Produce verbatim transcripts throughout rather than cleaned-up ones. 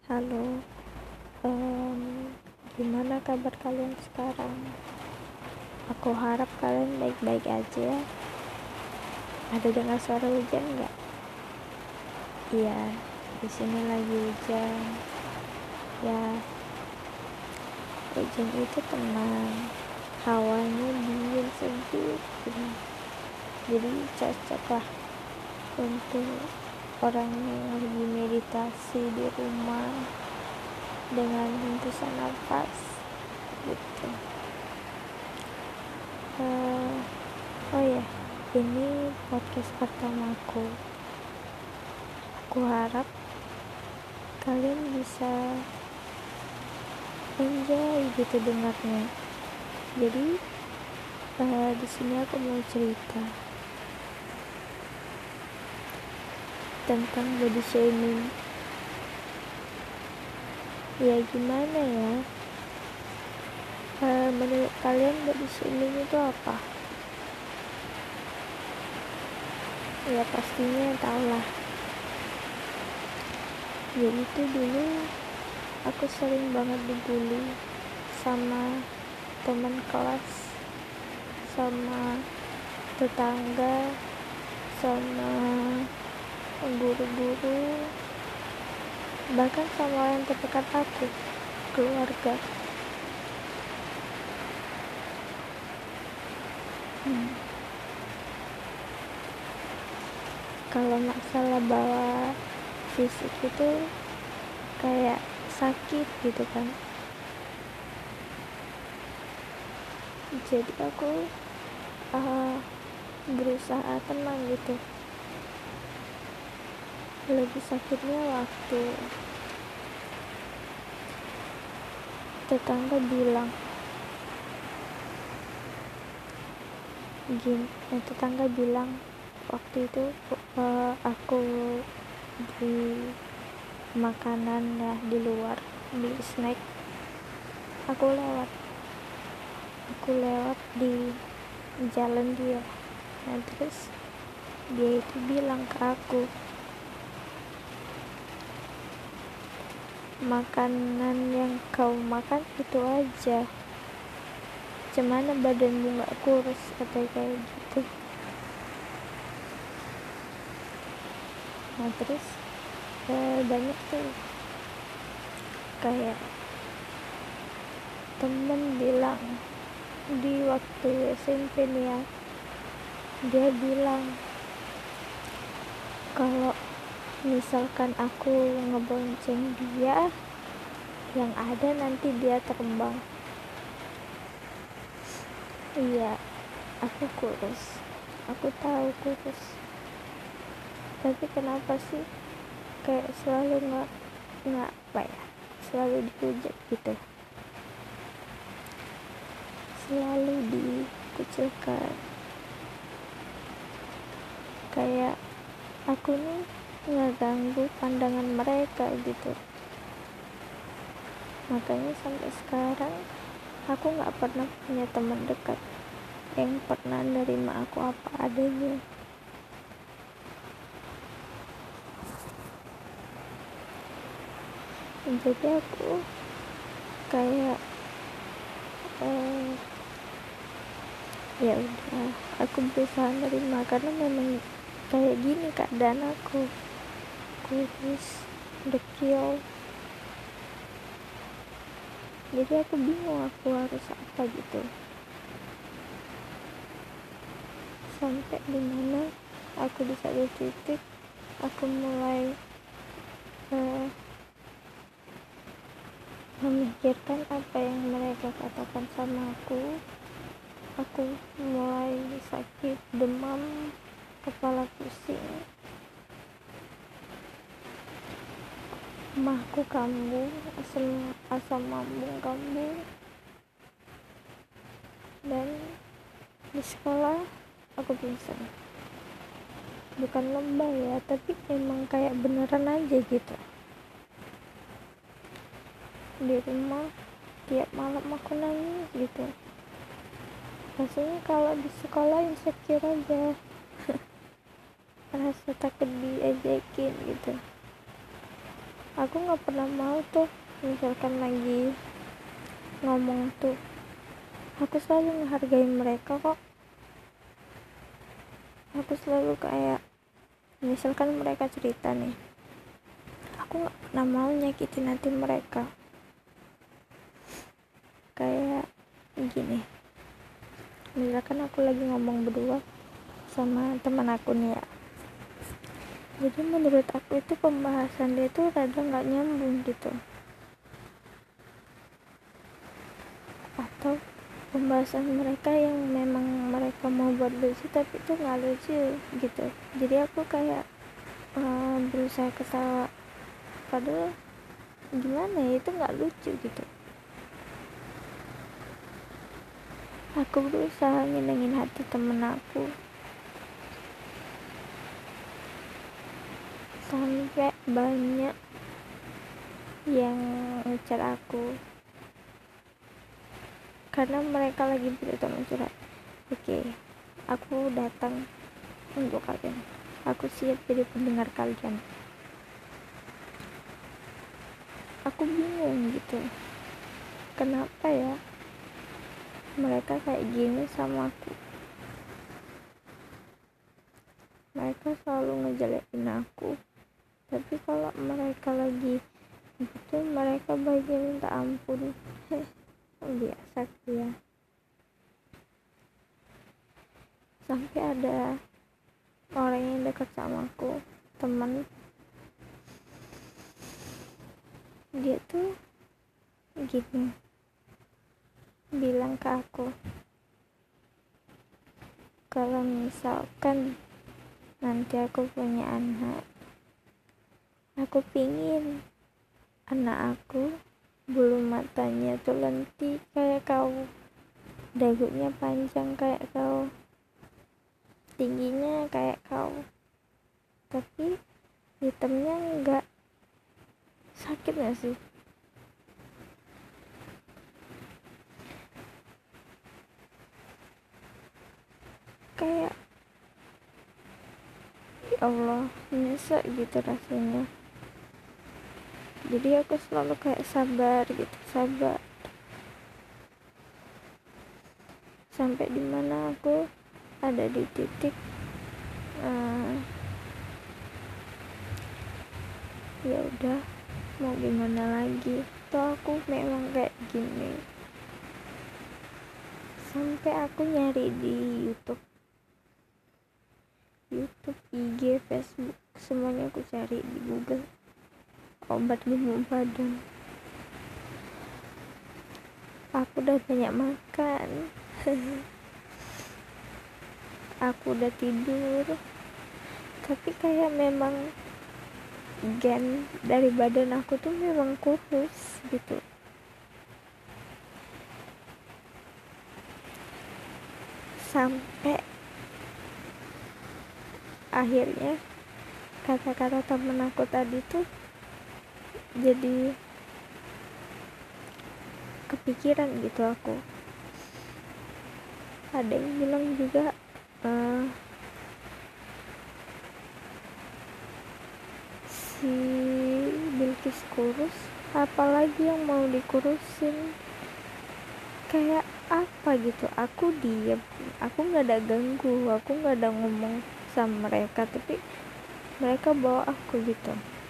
Halo, em, gimana kabar kalian sekarang? Aku harap kalian baik-baik aja. Ada dengar suara hujan nggak? Iya, di sini lagi hujan. Ya, hujan itu tenang, hawanya dingin sejuk, gitu. Jadi cocok lah untuk orang yang lagi meditasi di rumah dengan hembusan nafas, gitu. Uh, oh ya, ini podcast pertamaku. Aku harap kalian bisa enjoy gitu dengarnya. Jadi uh, di sini aku mau cerita tentang body shaming. Ya gimana ya? Uh, menurut kalian body shaming itu apa? Ya pastinya tau lah. Jadi itu dulu aku sering banget dibully sama teman kelas, sama tetangga, sama guru-guru, bahkan sama orang terdekat aku, keluarga. hmm. Kalau masalah bawa fisik itu kayak sakit gitu kan, jadi aku uh, berusaha tenang gitu. Lebih sakitnya waktu tetangga bilang gini, eh, tetangga bilang waktu itu uh, aku beli makanan ya di luar, beli snack, aku lewat aku lewat di jalan dia. Nah terus dia itu bilang ke aku, makanan yang kau makan itu aja, gimana badanmu gak kurus, katanya kayak gitu. Nah terus eh, banyak tuh kayak temen bilang di waktu S M P nih ya, dia bilang kalau misalkan aku ngebonceng dia, yang ada nanti dia terbang. Iya, aku kurus, aku tahu kurus, tapi kenapa sih kayak selalu nggak nggak apa ya, selalu dihujat gitu, selalu dikucilkan, kayak aku nih ngeganggu pandangan mereka gitu. Makanya sampai sekarang aku nggak pernah punya teman dekat yang pernah nerima aku apa adanya. Jadi aku kayak eh, ya udah, aku berusaha nerima karena memang kayak gini keadaan aku, kurus, dekil. Jadi aku bingung aku harus apa gitu. Sampai dimana aku di satu titik aku mulai uh, memikirkan apa yang mereka katakan sama aku. Aku mulai sakit, demam, kepala pusing, mahku kambuh, asam asam lambung kambuh, dan di sekolah aku pingsan. Bukan lebay ya, tapi emang kayak beneran aja gitu. Di rumah tiap malam aku nangis gitu. Rasanya kalau di sekolah insecure aja, rasa takut diejekin gitu. aku nggak pernah mau tuh misalkan lagi ngomong tuh, aku selalu menghargai mereka kok. Aku selalu kayak misalkan mereka cerita nih, aku nggak pernah mau nyakitin hati mereka. Kayak gini, misalkan aku lagi ngomong berdua sama teman aku nih ya, jadi menurut aku itu pembahasan dia tuh rada nggak nyambung gitu, atau pembahasan mereka yang memang mereka mau buat lucu tapi itu nggak lucu gitu. Jadi aku kayak uh, berusaha ketawa, padahal gimana ya, itu nggak lucu gitu. Aku berusaha nyenengin hati temen aku, sampai banyak yang ngecer aku karena mereka lagi berusaha curhat. Oke, aku datang untuk kalian, aku siap jadi pendengar kalian. Aku bingung gitu, kenapa ya mereka kayak gini sama aku. Mereka selalu ngejelekin aku, tapi kalau mereka lagi gitu mereka baiknya minta ampun. Heh, biasa ya. Sampai ada orang yang dekat sama aku, teman, dia tuh gini, bilang ke aku, kalau misalkan nanti aku punya anak, aku pingin anak aku bulu matanya tuh lentik kayak kau, dagunya panjang kayak kau, tingginya kayak kau, tapi hitamnya enggak. Sakit gak sih? Kayak ya Allah, nyesek gitu rasanya. Jadi aku selalu kayak sabar gitu, sabar. Sampai dimana aku ada di titik uh, ya udah, mau gimana lagi, tuh aku memang kayak gini. Sampai aku nyari di YouTube YouTube, I G, Facebook, semuanya aku cari di Google, obat gemuk badan. Aku udah banyak makan, aku udah tidur, tapi kayak memang gen dari badan aku tuh memang kurus gitu. Sampai akhirnya kata-kata temen aku tadi tuh jadi kepikiran gitu aku. Ada yang bilang juga uh, si Bilkis kurus, apalagi yang mau dikurusin. Kayak apa gitu, aku diam, aku nggak ada ganggu, aku nggak ada ngomong sama mereka, tapi mereka bawa aku gitu.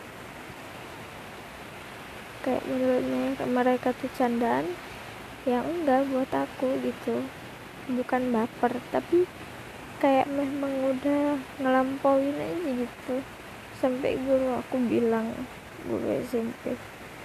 Kayak menurutnya mereka tuh candaan, yang enggak buat aku gitu. Bukan baper, tapi kayak memang udah ngelampauin aja gitu. Sampai guru aku bilang, guru S M P,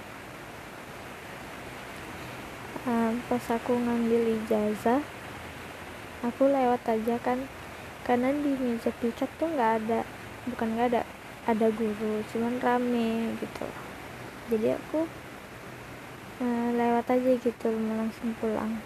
uh, pas aku ngambil ijazah, aku lewat aja kan, karena di meja piket tuh nggak ada, bukan nggak ada, ada guru, cuman rame gitu. Jadi aku uh, lewat aja gitu, langsung pulang.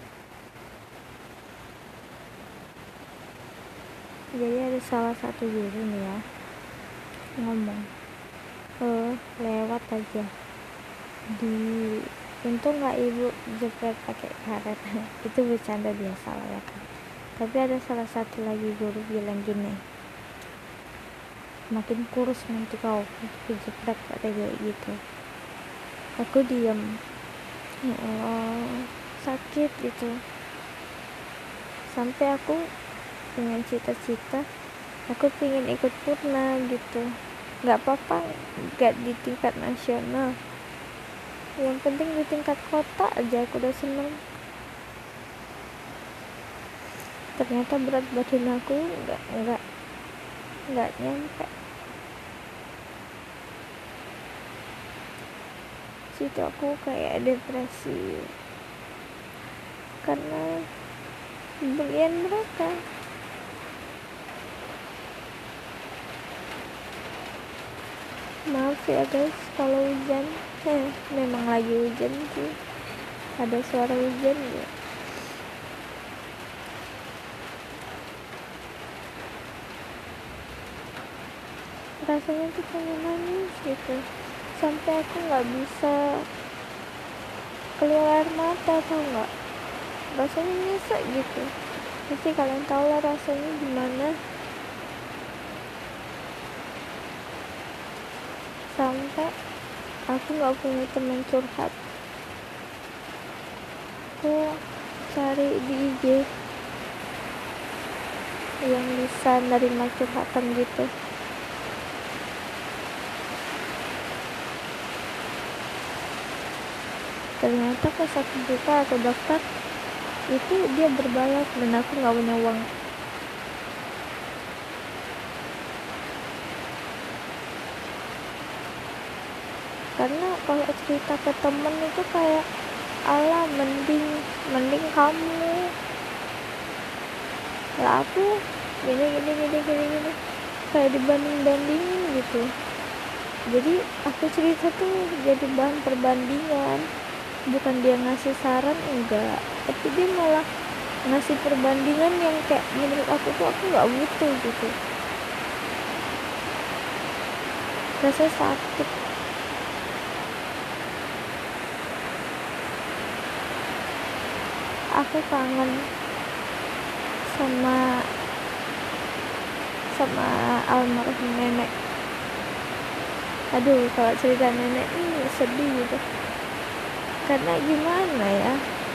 Jadi ada salah satu guru nih ya ngomong, oh lewat aja, di untung nggak ibu jepret pakai karet. Itu bercanda biasa lah ya kan. Tapi ada salah satu lagi guru bilang gini, makin kurus nanti kau, aku jeprek kata kayak gitu. Aku diam, ya Allah sakit gitu. Sampai aku dengan cita-cita aku pengen ikut purna gitu. Nggak apa-apa nggak di tingkat nasional, yang penting di tingkat kota aja aku udah seneng. Ternyata berat badan aku nggak nggak nggak nyampe. Situ aku kayak depresi karena berlian mereka. Maaf ya guys kalau hujan, eh, memang lagi hujan sih, ada suara hujan ya. Rasanya tuh pengen nangis gitu, sampai aku nggak bisa keluar air mata, tau nggak? Rasanya nyesek gitu. Pasti kalian tahu lah rasanya gimana. Sampai aku nggak punya teman curhat. Aku cari di I G yang bisa nerima curhatan gitu. Ternyata pas aku buka aku daftar, itu dia berbayar dan aku nggak punya uang. Karena kalau cerita ke temen itu kayak ala mending mending kamu lah, aku gini gini gini gini gini kayak dibanding bandingin gitu. Jadi aku cerita tuh jadi bahan perbandingan, bukan dia ngasih saran, enggak, tapi dia malah ngasih perbandingan yang kayak menurut aku tuh aku nggak butuh gitu. Rasanya sakit. Aku kangen sama sama almarhum nenek. Aduh kalau cerita nenek ini sedih gitu, karena gimana ya,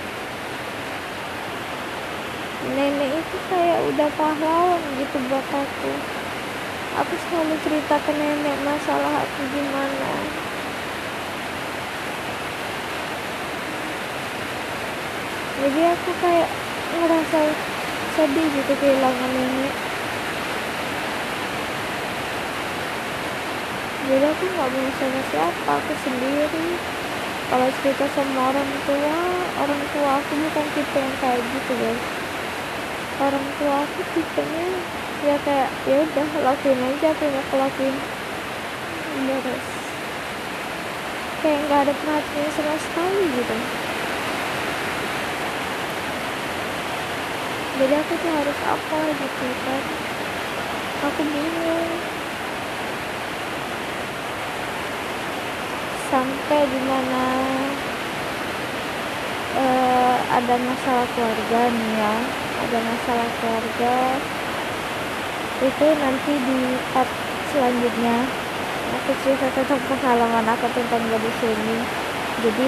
nenek itu kayak udah pahlawan gitu buat aku. Aku selalu cerita ke nenek masalah aku gimana. Jadi aku kayak ngerasa sedih gitu kehilangan nenek. Jadi aku gak punya siapa-siapa, aku sendiri. Kalau cerita sama orang tua, orang tua aku bukan tipe yang kayak gitu guys. Orang tua aku tipenya ya kayak ya udah lakuin aja apa yang aku lakuin, beres. Kayak nggak ada perhatian sama sekali gitu. Jadi aku tuh harus apa gitu kan, aku bingung. Sampai dimana uh, ada masalah keluarga nih ya, ada masalah keluarga itu nanti di part selanjutnya aku cerita tentang pengalaman aku tentang body shaming. Jadi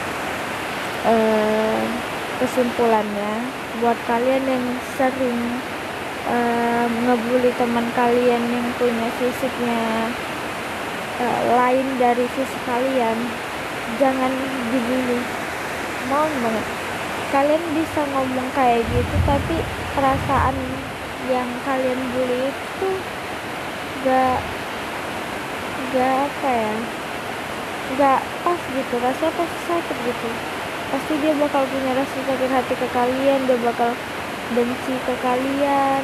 uh, kesimpulannya, buat kalian yang sering uh, ngebully teman kalian yang punya fisiknya uh, lain dari fisik kalian, jangan dibully. Mohon banget, kalian bisa ngomong kayak gitu tapi perasaan yang kalian bully itu gak gak apa ya, gak pas gitu, rasanya pasti sakit gitu. Pasti dia bakal punya rasa sakit hati ke kalian, dia bakal benci ke kalian,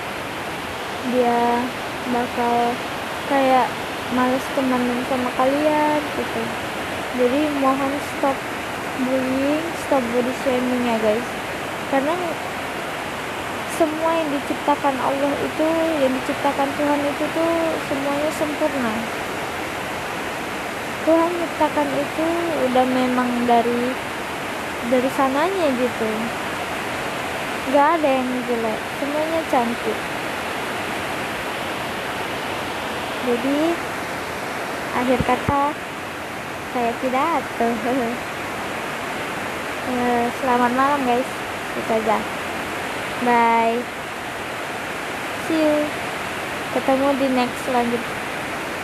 dia bakal kayak males temenan sama kalian gitu. Jadi mohon stop bullying, stop body shaming ya guys. Karena semua yang diciptakan Allah itu, yang diciptakan Tuhan itu tuh semuanya sempurna. Tuhan ciptakan itu udah memang dari dari sananya gitu, gak ada yang jelek, semuanya cantik. Jadi akhir kata saya pidato. Eh, selamat malam guys, itu aja. Bye, see you, ketemu di next selanjutnya.